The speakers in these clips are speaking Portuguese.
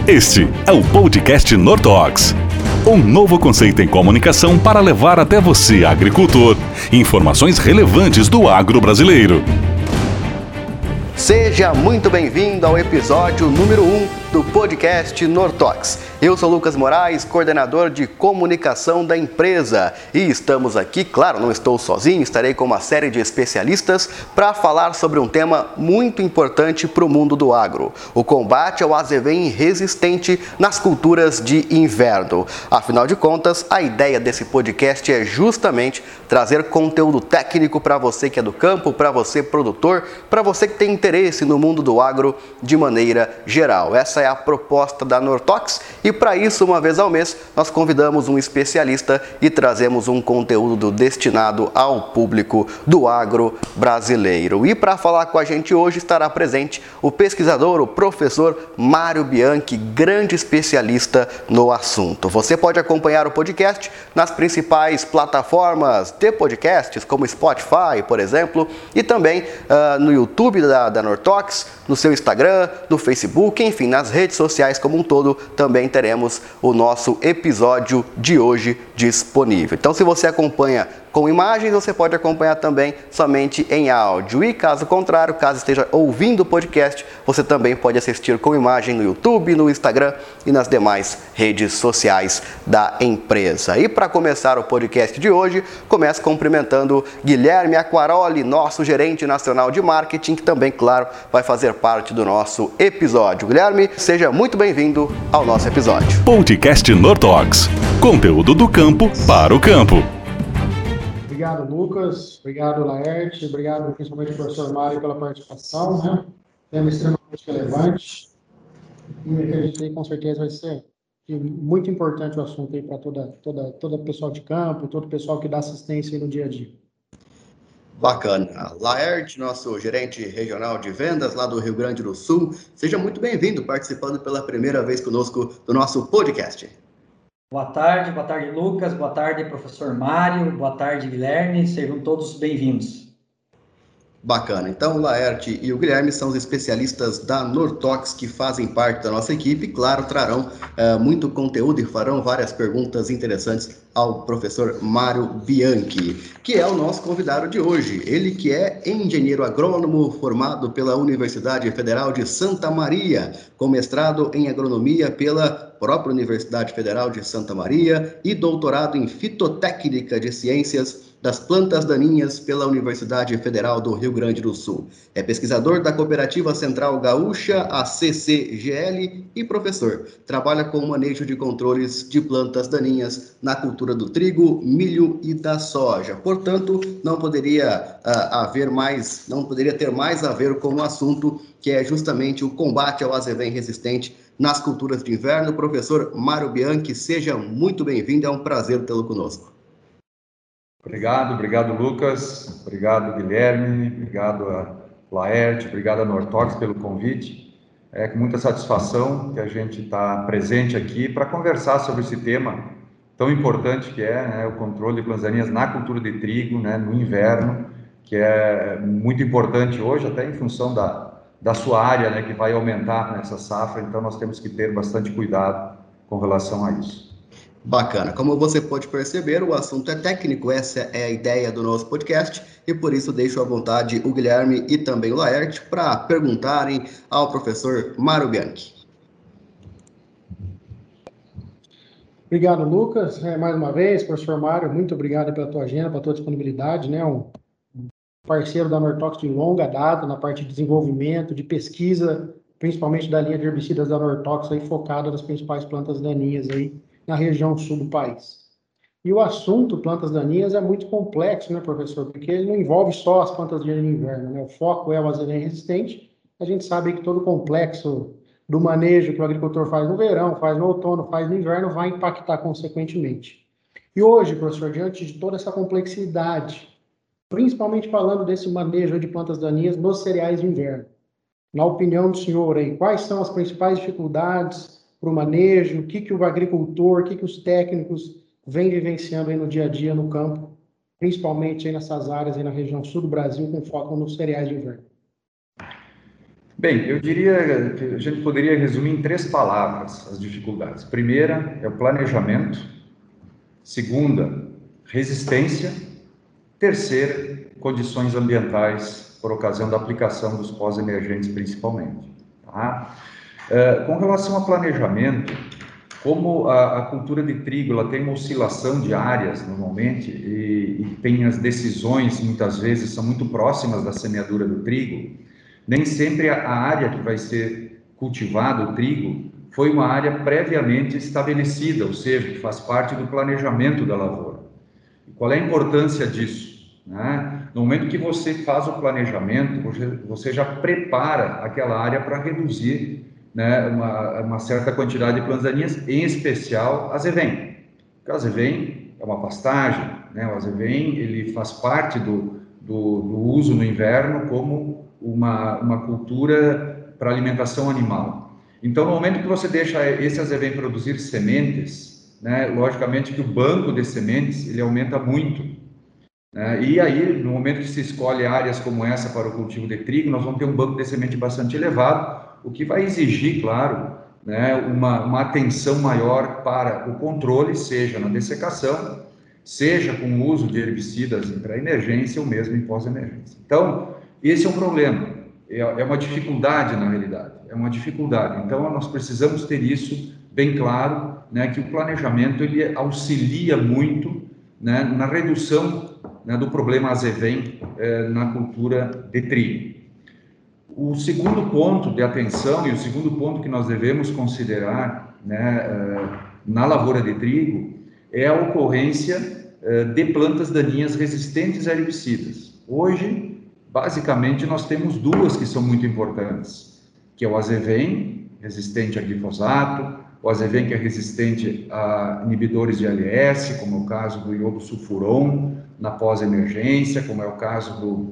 Este é o podcast Nortox, um novo conceito em comunicação para levar até você, agricultor, informações relevantes do agro brasileiro. Seja muito bem-vindo ao episódio número 1 do podcast Nortox. Eu sou Lucas Moraes, coordenador de comunicação da empresa, e estamos aqui, claro, não estou sozinho, estarei com uma série de especialistas para falar sobre um tema muito importante para o mundo do agro: o combate ao azevém resistente nas culturas de inverno. Afinal de contas, a ideia desse podcast é justamente trazer conteúdo técnico para você que é do campo, para você produtor, para você que tem interesse no mundo do agro de maneira geral. Essa é a proposta da Nortox, e para isso, uma vez ao mês, nós convidamos um especialista e trazemos um conteúdo destinado ao público do agro brasileiro. E para falar com a gente hoje estará presente o pesquisador, o professor Mário Bianchi, grande especialista no assunto. Você pode acompanhar o podcast nas principais plataformas de podcasts, como Spotify, por exemplo, e também no YouTube da Nortox, no seu Instagram, no Facebook, enfim, nas redes sociais como um todo, também teremos o nosso episódio de hoje disponível. Então, se você acompanha com imagens, você pode acompanhar também somente em áudio. E caso contrário, caso esteja ouvindo o podcast, você também pode assistir com imagem no YouTube, no Instagram e nas demais redes sociais da empresa. E para começar o podcast de hoje, começo cumprimentando Guilherme Aquaroli, nosso gerente nacional de marketing, que também, claro, vai fazer parte do nosso episódio. Guilherme, seja muito bem-vindo ao nosso episódio. Podcast Nortox, conteúdo do campo para o campo. Obrigado, Lucas. Obrigado, Laerte. Obrigado, principalmente, ao professor Mário, pela participação, né? Tema extremamente relevante. E acredito que, com certeza, vai ser muito importante o assunto aí para todo o pessoal de campo, todo o pessoal que dá assistência aí no dia a dia. Bacana. Laerte, nosso gerente regional de vendas lá do Rio Grande do Sul, seja muito bem-vindo, participando pela primeira vez conosco do nosso podcast. Boa tarde, Lucas, boa tarde, professor Mário, boa tarde, Guilherme, sejam todos bem-vindos. Bacana. Então, o Laerte e o Guilherme são os especialistas da Nortox que fazem parte da nossa equipe. Claro, trarão muito conteúdo e farão várias perguntas interessantes ao professor Mário Bianchi, que é o nosso convidado de hoje. Ele que é engenheiro agrônomo formado pela Universidade Federal de Santa Maria, com mestrado em agronomia pela própria Universidade Federal de Santa Maria e doutorado em fitotécnica de ciências das plantas daninhas pela Universidade Federal do Rio Grande do Sul. É pesquisador da Cooperativa Central Gaúcha, a CCGL, e professor. Trabalha com o manejo de controles de plantas daninhas na cultura do trigo, milho e da soja. Portanto, não poderia ter mais a ver com o assunto, que é justamente o combate ao azevém resistente nas culturas de inverno. Professor Mário Bianchi, seja muito bem-vindo, é um prazer tê-lo conosco. Obrigado Lucas, obrigado Guilherme, obrigado a Laerte, obrigado a Nortox pelo convite. É com muita satisfação que a gente está presente aqui para conversar sobre esse tema tão importante que é, né, o controle de plantas daninhas na cultura de trigo, né, no inverno, que é muito importante hoje, até em função da sua área, né, que vai aumentar nessa safra, então nós temos que ter bastante cuidado com relação a isso. Bacana. Como você pode perceber, o assunto é técnico, essa é a ideia do nosso podcast, e por isso deixo à vontade o Guilherme e também o Laerte para perguntarem ao professor Mário Bianchi. Obrigado, Lucas. Mais uma vez, professor Mário, muito obrigado pela tua agenda, pela tua disponibilidade, né? Um parceiro da Nortox de longa data na parte de desenvolvimento, de pesquisa, principalmente da linha de herbicidas da Nortox, aí focada nas principais plantas daninhas aí na região sul do país. E o assunto plantas daninhas é muito complexo, né, professor? Porque ele não envolve só as plantas de inverno, né? O foco é o azevém resistente. A gente sabe que todo o complexo do manejo que o agricultor faz no verão, faz no outono, faz no inverno, vai impactar consequentemente. E hoje, professor, diante de toda essa complexidade, principalmente falando desse manejo de plantas daninhas nos cereais de inverno, na opinião do senhor aí, quais são as principais dificuldades para o manejo, o que o agricultor, o que os técnicos vêm vivenciando aí no dia a dia no campo, principalmente aí nessas áreas aí na região sul do Brasil, com foco nos cereais de inverno? Bem, eu diria que a gente poderia resumir em 3 palavras as dificuldades. Primeira é o planejamento, segunda, resistência, terceira, condições ambientais por ocasião da aplicação dos pós-emergentes principalmente. Tá? Com relação ao planejamento, como a cultura de trigo ela tem uma oscilação de áreas normalmente e tem as decisões muitas vezes são muito próximas da semeadura do trigo, nem sempre a área que vai ser cultivado o trigo foi uma área previamente estabelecida, ou seja, que faz parte do planejamento da lavoura. E qual é a importância disso? Né? No momento que você faz o planejamento, você já prepara aquela área para reduzir, né, uma certa quantidade de plantas daninhas, em especial a azevém. Porque a azevém é uma pastagem, né? O azevém ele faz parte do uso no inverno como uma cultura para alimentação animal. Então, no momento que você deixa esse azevém produzir sementes, né, logicamente que o banco de sementes ele aumenta muito. E aí, no momento que se escolhe áreas como essa para o cultivo de trigo, nós vamos ter um banco de semente bastante elevado, o que vai exigir, claro, né, uma atenção maior para o controle, seja na dessecação, seja com o uso de herbicidas em pré-emergência ou mesmo em pós-emergência. Então, esse é um problema, é uma dificuldade na realidade, é uma dificuldade. Então, nós precisamos ter isso bem claro, né, que o planejamento ele auxilia muito, né, na redução, né, do problema azevém na cultura de trigo. O segundo ponto de atenção e o segundo ponto que nós devemos considerar, né, na lavoura de trigo é a ocorrência de plantas daninhas resistentes a herbicidas. Hoje, basicamente, nós temos duas que são muito importantes, que é o azevém, resistente a glifosato, o azevém que é resistente a inibidores de ALS, como é o caso do iodosulfuron na pós-emergência, como é o caso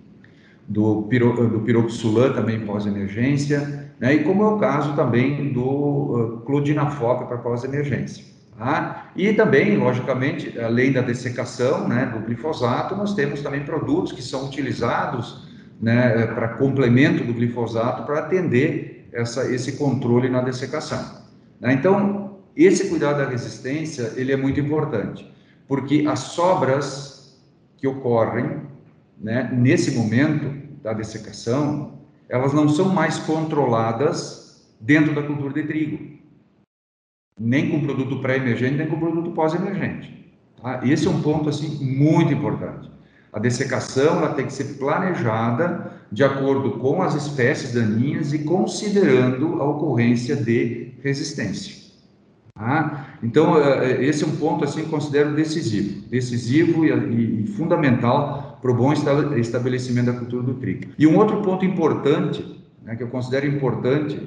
do piroxulan também pós-emergência, né? E como é o caso também do clodinafop para pós-emergência. Tá? E também, logicamente, além da dessecação, né, do glifosato, nós temos também produtos que são utilizados, né, para complemento do glifosato para atender esse controle na dessecação. Né? Então, esse cuidado da resistência ele é muito importante, porque as sobras que ocorrem, né, nesse momento da dessecação, elas não são mais controladas dentro da cultura de trigo, nem com produto pré-emergente, nem com produto pós-emergente. Tá? Esse é um ponto assim, muito importante. A dessecação ela tem que ser planejada de acordo com as espécies daninhas e considerando a ocorrência de resistência. Tá? Então, esse é um ponto assim, que eu considero decisivo e fundamental para o bom estabelecimento da cultura do trigo. E um outro ponto importante, né, que eu considero importante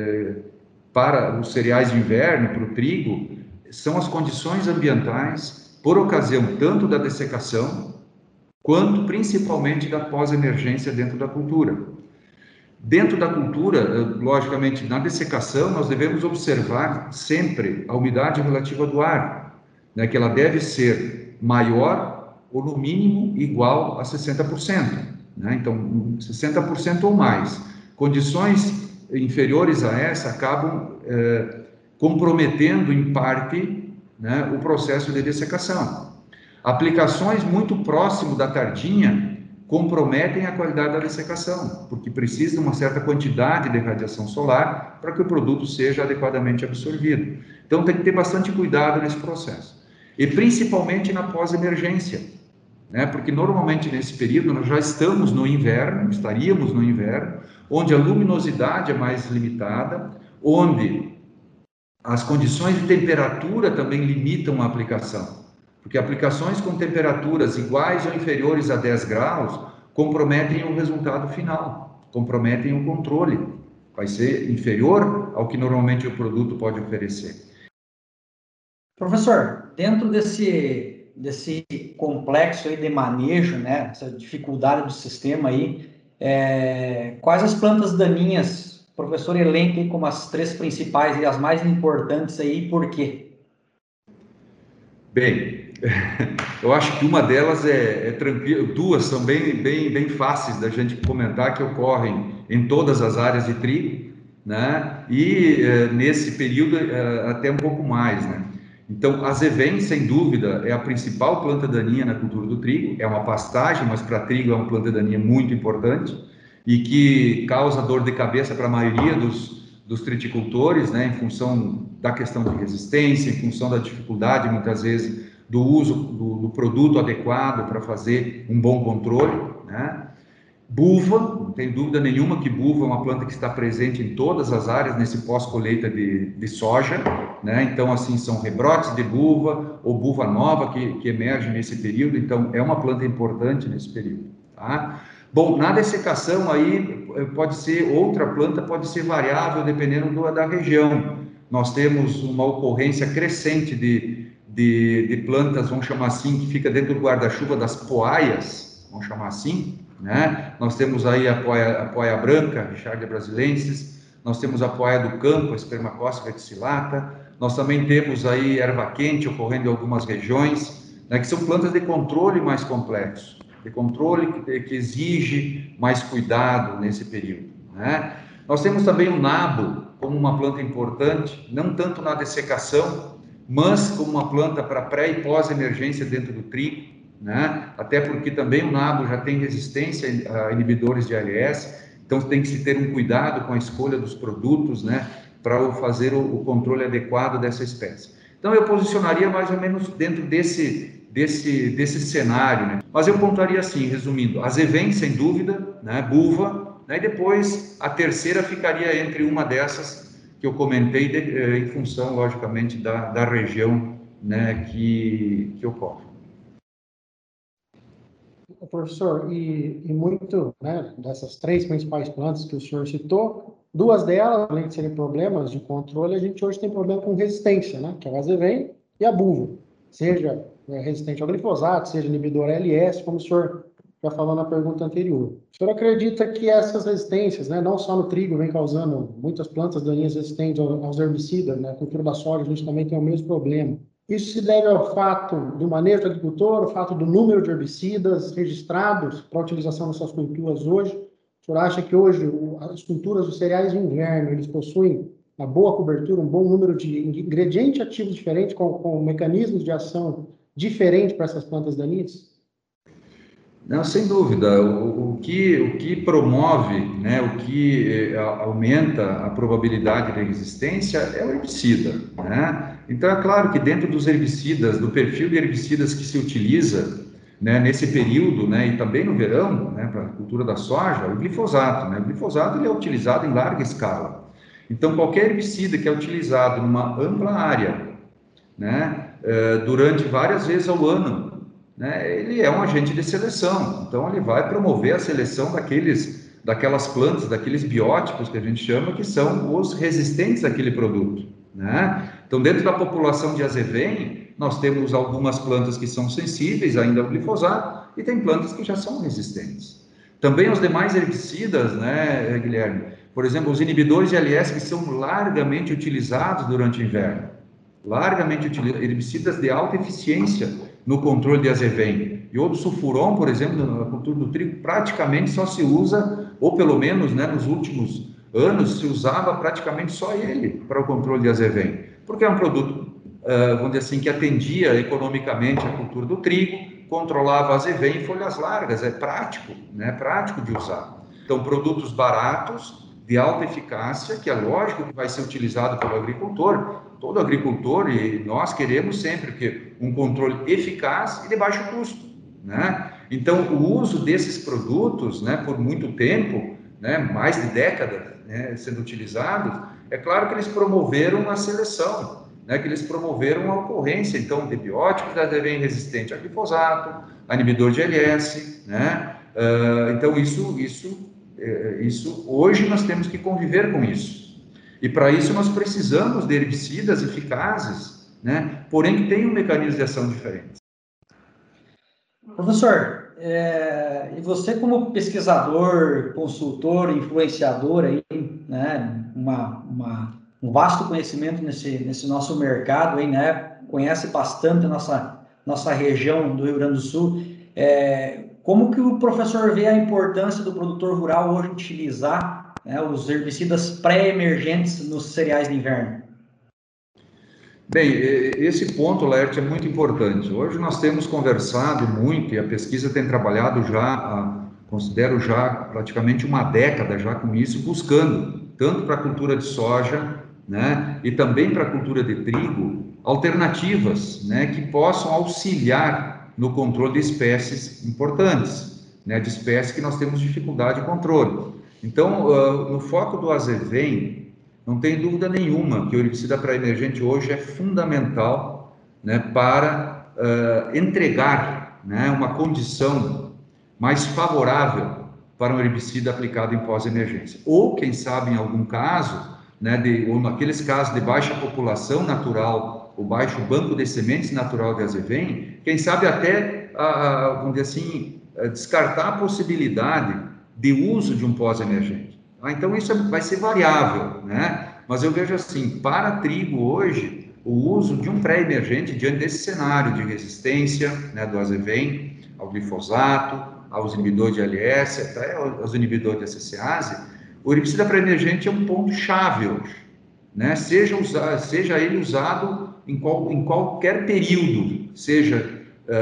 para os cereais de inverno, para o trigo, são as condições ambientais por ocasião tanto da dessecação, quanto principalmente da pós-emergência dentro da cultura. Dentro da cultura, logicamente, na dessecação, nós devemos observar sempre a umidade relativa do ar, né, que ela deve ser maior ou, no mínimo, igual a 60%. Né? Então, 60% ou mais. Condições inferiores a essa acabam comprometendo, em parte, né, o processo de dessecação. Aplicações muito próximo da tardinha comprometem a qualidade da dessecação, porque precisa de uma certa quantidade de radiação solar para que o produto seja adequadamente absorvido. Então, tem que ter bastante cuidado nesse processo. E principalmente na pós-emergência, né? Porque normalmente nesse período nós já estaríamos no inverno, onde a luminosidade é mais limitada, onde as condições de temperatura também limitam a aplicação. Porque aplicações com temperaturas iguais ou inferiores a 10 graus comprometem o resultado final, comprometem o controle. Vai ser inferior ao que normalmente o produto pode oferecer. Professor, dentro desse complexo aí de manejo, né, essa dificuldade do sistema aí, quais as plantas daninhas, o professor elenca aí como as 3 principais e as mais importantes aí, e por quê? Bem, Eu acho que uma delas é tranquila, duas são bem fáceis da gente comentar, que ocorrem em todas as áreas de trigo, né? E nesse período até um pouco mais, né? Então, a azevém, sem dúvida, é a principal planta daninha na cultura do trigo. É uma pastagem, mas para trigo é uma planta daninha muito importante e que causa dor de cabeça para a maioria dos triticultores, né? Em função da questão de resistência, em função da dificuldade, muitas vezes, do uso do produto adequado para fazer um bom controle, né? Buva, não tem dúvida nenhuma que buva é uma planta que está presente em todas as áreas nesse pós-colheita de soja, né? Então, assim, são rebrotes de buva ou buva nova que emerge nesse período, então é uma planta importante nesse período, tá? Bom, na dessecação aí pode ser outra planta, pode ser variável dependendo da região. Nós temos uma ocorrência crescente de plantas, vamos chamar assim, que fica dentro do guarda-chuva das poaias, vamos chamar assim, né? Nós temos aí a poaia branca, Richardia brasilensis, nós temos a poaia do campo, a Spermacossia verticillata, nós também temos aí erva quente ocorrendo em algumas regiões, né, que são plantas de controle mais complexo, de controle que exige mais cuidado nesse período, né? Nós temos também o nabo como uma planta importante, não tanto na dessecação, mas como uma planta para pré e pós-emergência dentro do trigo, né? Até porque também o nabo já tem resistência a inibidores de ALS, então tem que se ter um cuidado com a escolha dos produtos, né? Para fazer o controle adequado dessa espécie. Então eu posicionaria mais ou menos dentro desse cenário, né? Mas eu pontuaria assim, resumindo, azevém, sem dúvida, né? Buva, né? E depois a terceira ficaria entre uma dessas que eu comentei, em função, logicamente, da região, né, que ocorre. Professor, e muito, né, dessas três principais plantas que o senhor citou, duas delas, além de serem problemas de controle, a gente hoje tem problema com resistência, né, que é o azevém e a buva, seja resistente ao glifosato, seja inibidor ALS, como o senhor já falou na pergunta anterior. O senhor acredita que essas resistências, né, não só no trigo, vem causando muitas plantas daninhas resistentes aos herbicidas, né, a cultura da soja, a gente também tem o mesmo problema. Isso se deve ao fato do manejo do agricultor, ao fato do número de herbicidas registrados para utilização nessas culturas hoje. O senhor acha que hoje as culturas dos cereais de inverno, eles possuem uma boa cobertura, um bom número de ingredientes ativos diferentes, com mecanismos de ação diferentes para essas plantas daninhas? Não, sem dúvida. O que promove, né, o que aumenta a probabilidade de resistência é o herbicida, né? Então, é claro que dentro dos herbicidas, do perfil de herbicidas que se utiliza, né, nesse período, né, e também no verão, né, para a cultura da soja, o glifosato, né? O glifosato ele é utilizado em larga escala. Então, qualquer herbicida que é utilizado numa ampla área, né, durante várias vezes ao ano, né, ele é um agente de seleção, então ele vai promover a seleção daquelas plantas, daqueles biótipos que a gente chama, que são os resistentes àquele produto, né? Então, dentro da população de azevém, nós temos algumas plantas que são sensíveis ainda ao glifosato e tem plantas que já são resistentes. Também os demais herbicidas, né, Guilherme? Por exemplo, os inibidores de ALS que são largamente utilizados durante o inverno, largamente utilizados, herbicidas de alta eficiência no controle de azevém. E o sulfuron, por exemplo, na cultura do trigo, praticamente só se usa, ou pelo menos, né, nos últimos anos, se usava praticamente só ele para o controle de azevém, porque é um produto, vamos dizer assim, que atendia economicamente a cultura do trigo, controlava azevém em folhas largas, é prático, né, prático de usar. Então, produtos baratos, de alta eficácia, que é lógico que vai ser utilizado pelo agricultor, todo agricultor, e nós queremos sempre que um controle eficaz e de baixo custo, né? Então, o uso desses produtos, né, por muito tempo, né, mais de décadas, né, sendo utilizados, é claro que eles promoveram a seleção, né, que eles promoveram a ocorrência, então, de bióticos da azevém resistente a glifosato, a inibidor de ALS, né? Então, isso hoje nós temos que conviver com isso. E para isso nós precisamos de herbicidas eficazes, né? Porém que tenham mecanismos de ação diferentes. Professor, e você como pesquisador, consultor, influenciador, aí, né? Um vasto conhecimento nesse nosso mercado, aí, né? Conhece bastante a nossa região do Rio Grande do Sul. Como que o professor vê a importância do produtor rural hoje utilizar, né, os herbicidas pré-emergentes nos cereais de inverno? Bem, esse ponto, Laerte, é muito importante. Hoje nós temos conversado muito e a pesquisa tem trabalhado já, considero já praticamente uma década já com isso, buscando, tanto para a cultura de soja, né, e também para a cultura de trigo, alternativas, né, que possam auxiliar no controle de espécies importantes, né, de espécies que nós temos dificuldade de controle. Então, no foco do azevém, não tem dúvida nenhuma que o herbicida pré-emergente hoje é fundamental, né, para entregar, né, uma condição mais favorável para um herbicida aplicado em pós-emergência. Ou, quem sabe, em algum caso, né, ou naqueles casos de baixa população natural, o baixo banco de sementes natural de azevém, quem sabe até, vamos dizer assim, descartar a possibilidade de uso de um pós-emergente. Então, isso vai ser variável, né? Mas eu vejo assim, para trigo hoje, o uso de um pré-emergente diante desse cenário de resistência, né, do azevém, ao glifosato, aos inibidores de ALS, até aos inibidores de ACCase, o herbicida pré-emergente é um ponto-chave hoje, né? Seja ele usado em qualquer período, seja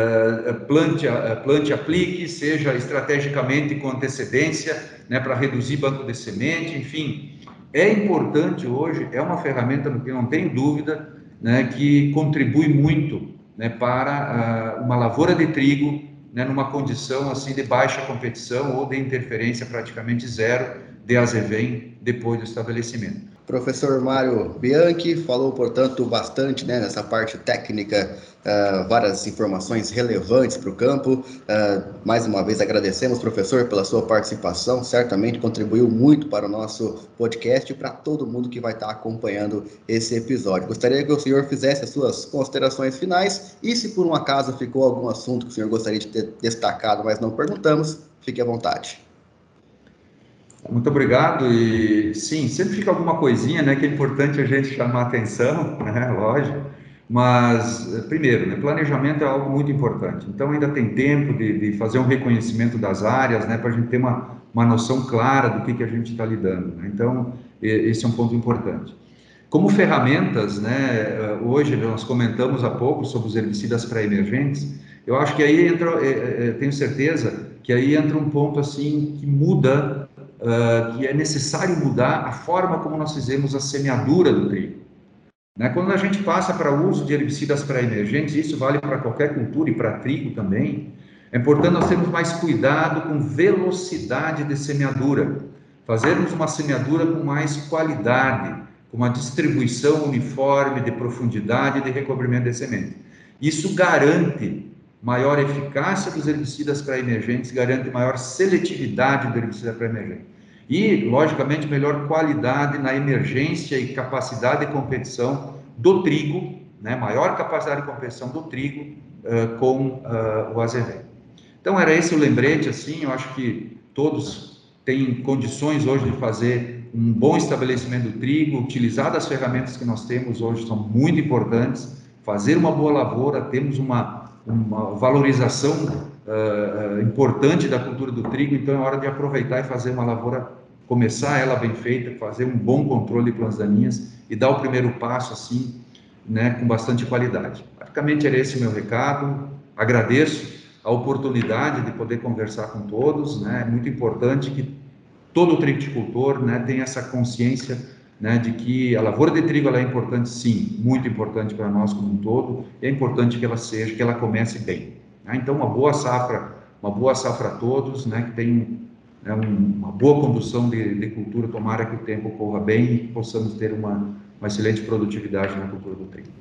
plante aplique, seja estrategicamente com antecedência, né, para reduzir banco de semente, enfim, é importante hoje, é uma ferramenta que não tenho dúvida, né, que contribui muito, né, para uma lavoura de trigo, né, numa condição assim de baixa competição ou de interferência praticamente zero de azevém depois do estabelecimento. Professor Mário Bianchi falou, portanto, bastante, né, nessa parte técnica, várias informações relevantes para o campo. Mais uma vez agradecemos, professor, pela sua participação, certamente contribuiu muito para o nosso podcast e para todo mundo que vai estar acompanhando esse episódio. Gostaria que o senhor fizesse as suas considerações finais e, se por um acaso ficou algum assunto que o senhor gostaria de ter destacado, mas não perguntamos, fique à vontade. Muito obrigado, e sim, sempre fica alguma coisinha, né, que é importante a gente chamar a atenção, né, lógico, mas, primeiro, né, planejamento é algo muito importante, então ainda tem tempo de fazer um reconhecimento das áreas, né, para a gente ter uma noção clara do que a gente está lidando, né? Então, esse é um ponto importante. Como ferramentas, né, hoje nós comentamos há pouco sobre os herbicidas pré-emergentes, eu acho que aí entra, tenho certeza que aí entra um ponto assim que muda, que é necessário mudar a forma como nós fizemos a semeadura do trigo. Né? Quando a gente passa para o uso de herbicidas pré-emergentes, isso vale para qualquer cultura e para trigo também, é importante nós termos mais cuidado com velocidade de semeadura, fazermos uma semeadura com mais qualidade, com uma distribuição uniforme de profundidade e de recobrimento de semente. Isso garante maior eficácia dos herbicidas pré-emergentes, garante maior seletividade do herbicida pré-emergente. E, logicamente, melhor qualidade na emergência e capacidade de competição do trigo, né? Maior capacidade de competição do trigo com o azevém. Então, era esse o lembrete, assim, eu acho que todos têm condições hoje de fazer um bom estabelecimento do trigo, utilizar das ferramentas que nós temos hoje são muito importantes, fazer uma boa lavoura, temos uma valorização importante da cultura do trigo, então é hora de aproveitar e fazer uma lavoura, começar ela bem feita, fazer um bom controle de plantas daninhas e dar o primeiro passo assim, né, com bastante qualidade. Praticamente era esse o meu recado, agradeço a oportunidade de poder conversar com todos, né, é muito importante que todo triticultor, né, tenha essa consciência, né, de que a lavoura de trigo ela é importante, sim, muito importante para nós como um todo, e é importante que ela comece bem. Né? Então, uma boa safra a todos, né, que tenham, né, uma boa condução de cultura, tomara que o tempo corra bem e possamos ter uma excelente produtividade na cultura do trigo.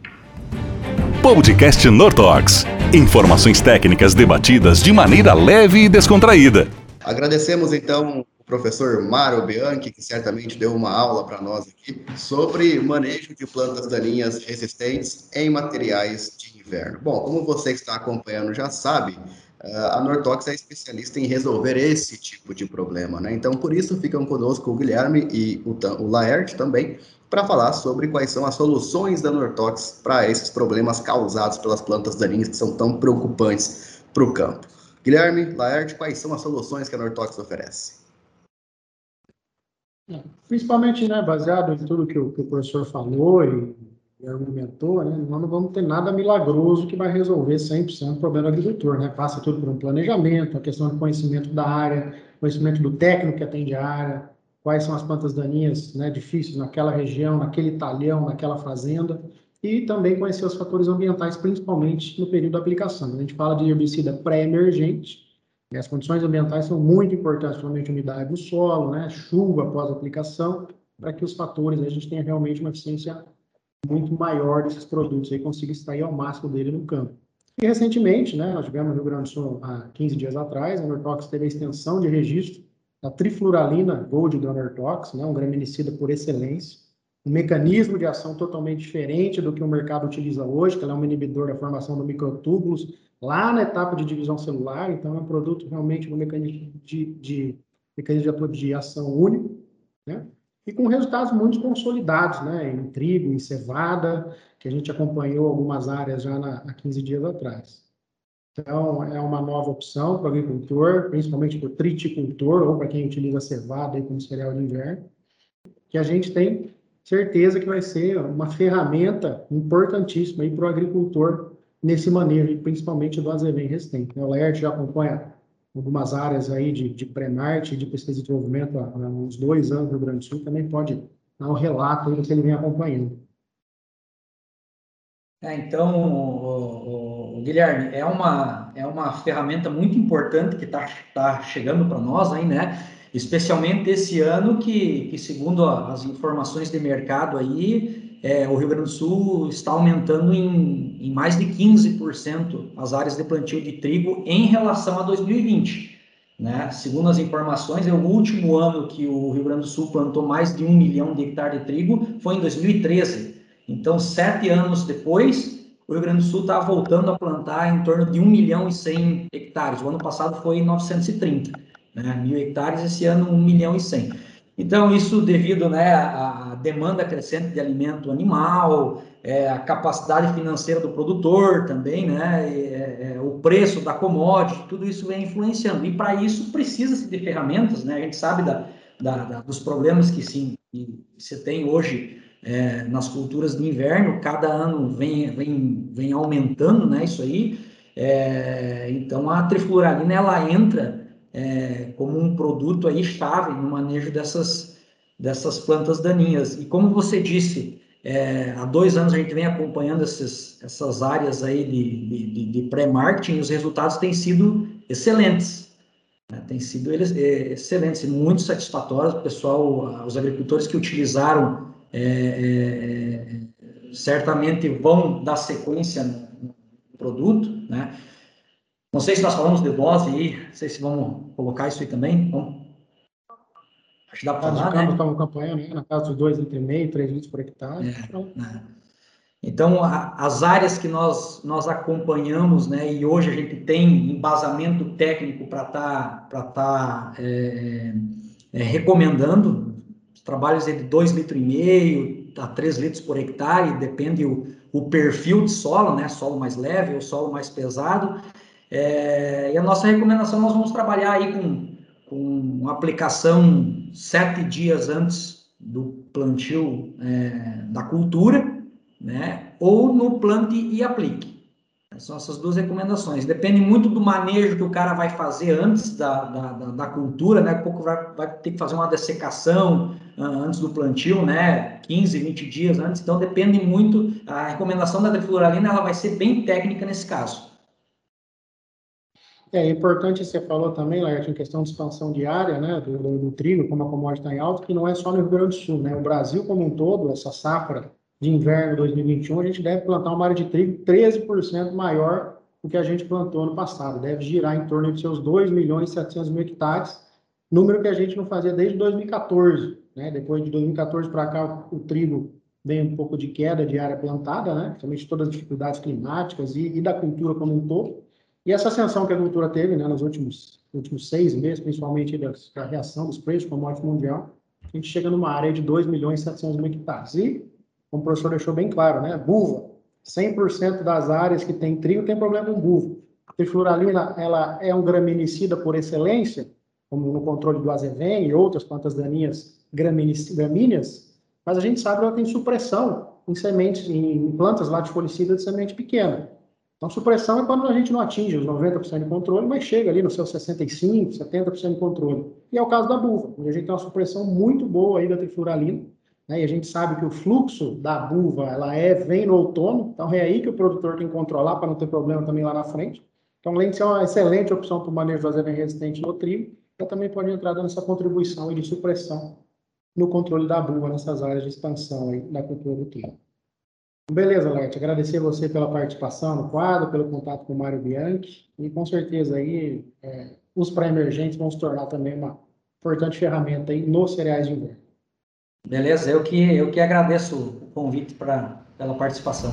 Podcast Nortox. Informações técnicas debatidas de maneira leve e descontraída. Agradecemos, então, o professor Mário Bianchi, que certamente deu uma aula para nós aqui, sobre manejo de plantas daninhas resistentes em materiais de inverno. Bom, como você que está acompanhando já sabe, a Nortox é especialista em resolver esse tipo de problema, né? Então, por isso, ficam conosco o Guilherme e o Laerte também, para falar sobre quais são as soluções da Nortox para esses problemas causados pelas plantas daninhas que são tão preocupantes para o campo. Guilherme, Laerte, quais são as soluções que a Nortox oferece? Principalmente, né, baseado em tudo que o professor falou e argumentou, né, nós não vamos ter nada milagroso que vai resolver 100% o problema do agricultor, né? Passa tudo por um planejamento, a questão do conhecimento da área, conhecimento do técnico que atende a área, quais são as plantas daninhas, né, difíceis naquela região, naquele talhão, naquela fazenda, e também conhecer os fatores ambientais, principalmente no período da aplicação. A gente fala de herbicida pré-emergente, e as condições ambientais são muito importantes, principalmente umidade do solo, né, chuva após a aplicação, para que os fatores, a gente tenha realmente uma eficiência muito maior desses produtos e consiga extrair ao máximo dele no campo. E recentemente, né, nós tivemos no Rio Grande do Sul, há 15 dias atrás, a Nortox teve a extensão de registro da trifluralina Gold da Nortox, né, um graminicida por excelência, um mecanismo de ação totalmente diferente do que o mercado utiliza hoje, que ela é um inibidor da formação de microtúbulos, lá na etapa de divisão celular, então é um produto realmente com mecanismo de ação único, né? E com resultados muito consolidados, né? Em trigo, em cevada, que a gente acompanhou algumas áreas já há 15 dias atrás. Então, é uma nova opção para o agricultor, principalmente para o triticultor, ou para quem utiliza cevada aí como cereal de inverno, que a gente tem certeza que vai ser uma ferramenta importantíssima para o agricultor nesse manejo, principalmente do azevém resistente. O Laerte já acompanha algumas áreas aí de pré-marketing, de pesquisa e desenvolvimento há uns 2 anos no Rio Grande do Sul, também pode dar um relato do que ele vem acompanhando. Então, o Guilherme, é uma ferramenta muito importante que tá chegando para nós aí, né? Especialmente esse ano que segundo as informações de mercado aí, o Rio Grande do Sul está aumentando em mais de 15% as áreas de plantio de trigo em relação a 2020. Né? Segundo as informações, o último ano que o Rio Grande do Sul plantou mais de 1 milhão de hectares de trigo foi em 2013. Então, 7 anos depois, o Rio Grande do Sul está voltando a plantar em torno de 1 milhão e 100 hectares. O ano passado foi 930, né? 1.000 hectares, esse ano 1 milhão e 100. Então, isso devido, né, à demanda crescente de alimento animal, a capacidade financeira do produtor também, né, o preço da commodity, tudo isso vem influenciando. E para isso precisa-se de ferramentas, né? A gente sabe dos problemas que se tem hoje nas culturas de inverno, cada ano vem aumentando, né, isso aí. Então a trifluralina ela entra como um produto aí chave no manejo dessas plantas daninhas. E como você disse, há 2 anos a gente vem acompanhando essas áreas aí de pré-marketing e os resultados têm sido excelentes. Tem sido excelentes e muito satisfatórios. O pessoal, os agricultores que utilizaram certamente vão dar sequência no produto, né? Não sei se nós falamos de dose aí, não sei se vamos colocar isso aí também. Acho que dá para falar, né? Estamos acompanhando, né, na casa dos 2,5 litros, 3 litros por hectare. Né? Então, as áreas que nós acompanhamos, né, e hoje a gente tem embasamento técnico para tá recomendando trabalhos de 2,5 litros a 3 litros por hectare, depende o perfil de solo, né, solo mais leve ou solo mais pesado. E a nossa recomendação, nós vamos trabalhar aí com aplicação 7 dias antes do plantio da cultura, né? Ou no plante e aplique. São essas 2 recomendações. Depende muito do manejo que o cara vai fazer antes da cultura, né? Pouco vai ter que fazer uma dessecação antes do plantio, né? 15, 20 dias antes. Então depende muito. A recomendação da trifluralina ela vai ser bem técnica nesse caso. É importante, você falou também, Laerte, em questão de expansão de área, né, do trigo, como a commodity está em alta, que não é só no Rio Grande do Sul, né? O Brasil como um todo, essa safra de inverno 2021, a gente deve plantar uma área de trigo 13% maior do que a gente plantou no passado. Deve girar em torno de seus 2 milhões e 700 mil hectares, número que a gente não fazia desde 2014, né? Depois de 2014 para cá, o trigo vem um pouco de queda de área plantada, né? Principalmente todas as dificuldades climáticas e da cultura como um todo. E essa ascensão que a agricultura teve, né, nos últimos 6 meses, principalmente da reação dos preços do commodity mundial, a gente chega numa área de 2.700.000 hectares. E, como o professor deixou bem claro, né, buva, 100% das áreas que tem trigo tem problema com buva. A trifluralina, ela é um graminicida por excelência, como no controle do azevém e outras plantas daninhas gramíneas, mas a gente sabe que ela tem supressão em sementes, em plantas latifolicistas de semente pequena. Então, supressão é quando a gente não atinge os 90% de controle, mas chega ali no seu 65%, 70% de controle. E é o caso da buva, onde a gente tem uma supressão muito boa aí da trifluralina, né? E a gente sabe que o fluxo da buva, vem no outono, então é aí que o produtor tem que controlar para não ter problema também lá na frente. Então, além de ser uma excelente opção para o manejo do azevém resistente no trigo, ela também pode entrar dando essa contribuição aí de supressão no controle da buva nessas áreas de expansão aí da cultura do trigo. Beleza, Laerte, agradecer a você pela participação no quadro, pelo contato com o Mário Bianchi, e com certeza aí os pré-emergentes vão se tornar também uma importante ferramenta aí nos cereais de inverno. Beleza, eu que agradeço o convite pela participação.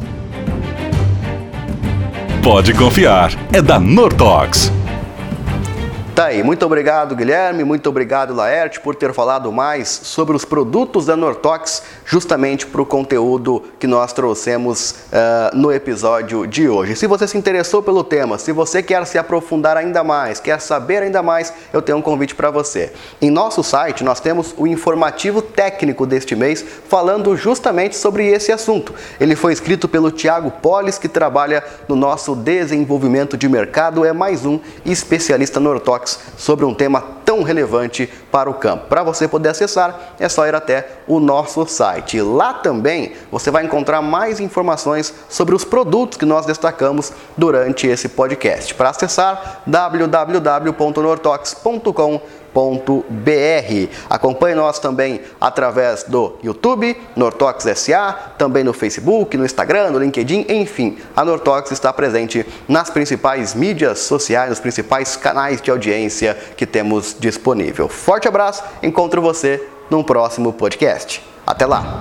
Pode confiar, é da Nortox. Tá aí, muito obrigado, Guilherme, muito obrigado, Laerte, por ter falado mais sobre os produtos da Nortox, justamente para o conteúdo que nós trouxemos no episódio de hoje. Se você se interessou pelo tema, se você quer se aprofundar ainda mais, quer saber ainda mais, eu tenho um convite para você. Em nosso site, nós temos o informativo técnico deste mês, falando justamente sobre esse assunto. Ele foi escrito pelo Thiago Polis, que trabalha no nosso desenvolvimento de mercado, é mais um especialista Nortox sobre um tema tão relevante para o campo. Para você poder acessar, é só ir até o nosso site. Lá também você vai encontrar mais informações sobre os produtos que nós destacamos durante esse podcast. Para acessar, www.nortox.com.br. Acompanhe nós também através do YouTube, Nortox SA, também no Facebook, no Instagram, no LinkedIn, enfim, a Nortox está presente nas principais mídias sociais, nos principais canais de audiência que temos disponível. Forte abraço, encontro você num próximo podcast. Até lá!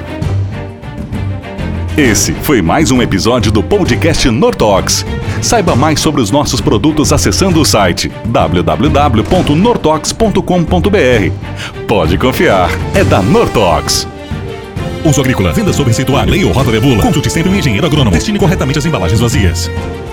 Esse foi mais um episódio do podcast Nortox. Saiba mais sobre os nossos produtos acessando o site www.nortox.com.br. Pode confiar, é da Nortox. Uso agrícola, venda sob receituário, lei ou rota de bula. Consulte sempre um engenheiro agrônomo. Destine corretamente as embalagens vazias.